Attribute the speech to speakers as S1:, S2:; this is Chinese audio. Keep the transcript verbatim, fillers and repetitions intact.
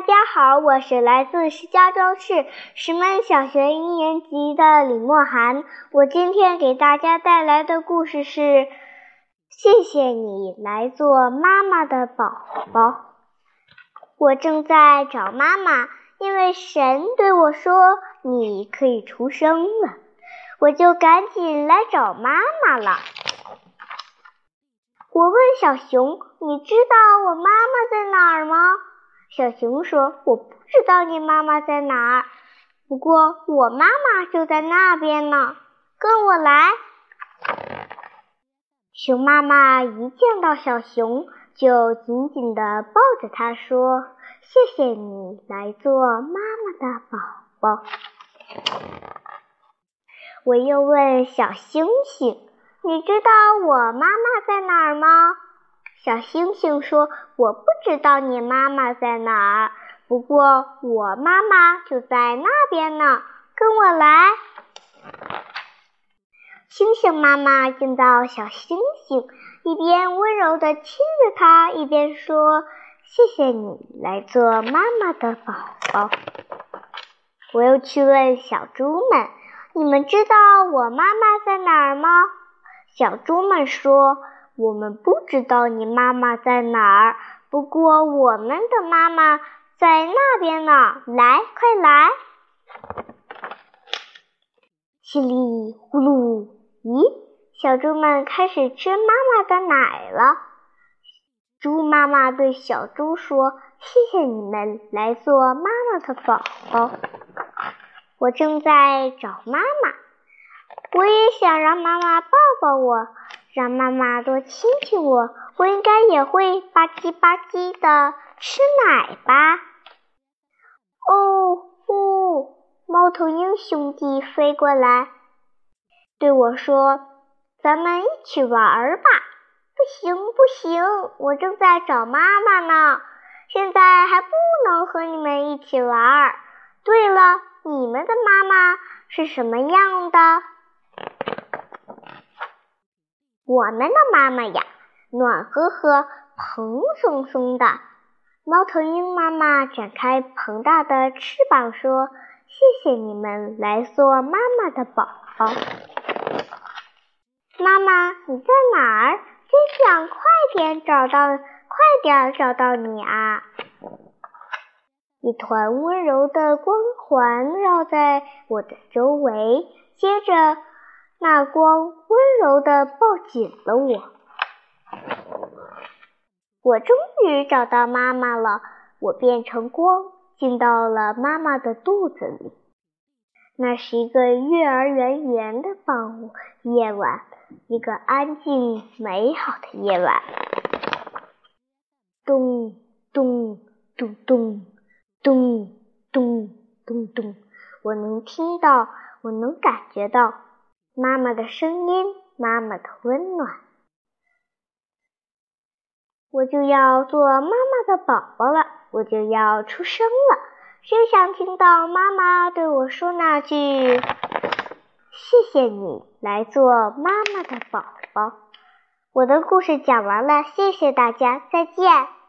S1: 家好，我是来自石家庄市石门小学一年级的李默涵。我今天给大家带来的故事是谢谢你来做妈妈的宝宝。我正在找妈妈，因为神对我说你可以出生了，我就赶紧来找妈妈了。我问小熊，你知道我妈妈在哪儿吗？小熊说，我不知道你妈妈在哪儿，不过我妈妈就在那边呢，跟我来。熊妈妈一见到小熊，就紧紧地抱着它说，谢谢你来做妈妈的宝宝。我又问小星星，你知道我妈妈在哪儿吗？小星星说，我不知道你妈妈在哪儿，不过我妈妈就在那边呢，跟我来。星星妈妈见到小星星，一边温柔地亲着它，一边说，谢谢你来做妈妈的宝宝。我又去问小猪们，你们知道我妈妈在哪儿吗？小猪们说，我们不知道你妈妈在哪儿，不过我们的妈妈在那边呢，来，快来。稀里呼噜，咦，小猪们开始吃妈妈的奶了。猪妈妈对小猪说，谢谢你们来做妈妈的宝宝。我正在找妈妈，我也想让妈妈抱抱我，让妈妈多亲亲我，我应该也会吧唧吧唧的吃奶吧。哦不，猫头鹰兄弟飞过来对我说，咱们一起玩吧。不行不行，我正在找妈妈呢，现在还不能和你们一起玩。对了，你们的妈妈是什么样的？我们的妈妈呀，暖和和，蓬松松的。猫头鹰妈妈展开庞大的翅膀说，谢谢你们来做妈妈的宝宝。妈妈，你在哪儿？真想快点找到，快点找到你啊！一团温柔的光环绕在我的周围，接着那光温柔地抱紧了我。我终于找到妈妈了，我变成光，进到了妈妈的肚子里。那是一个月儿圆圆的傍夜晚，一个安静美好的夜晚。咚咚咚咚咚咚咚咚，我能听到，我能感觉到妈妈的声音，妈妈的温暖。我就要做妈妈的宝宝了，我就要出生了。谁想听到妈妈对我说那句谢谢你来做妈妈的宝宝。我的故事讲完了，谢谢大家，再见。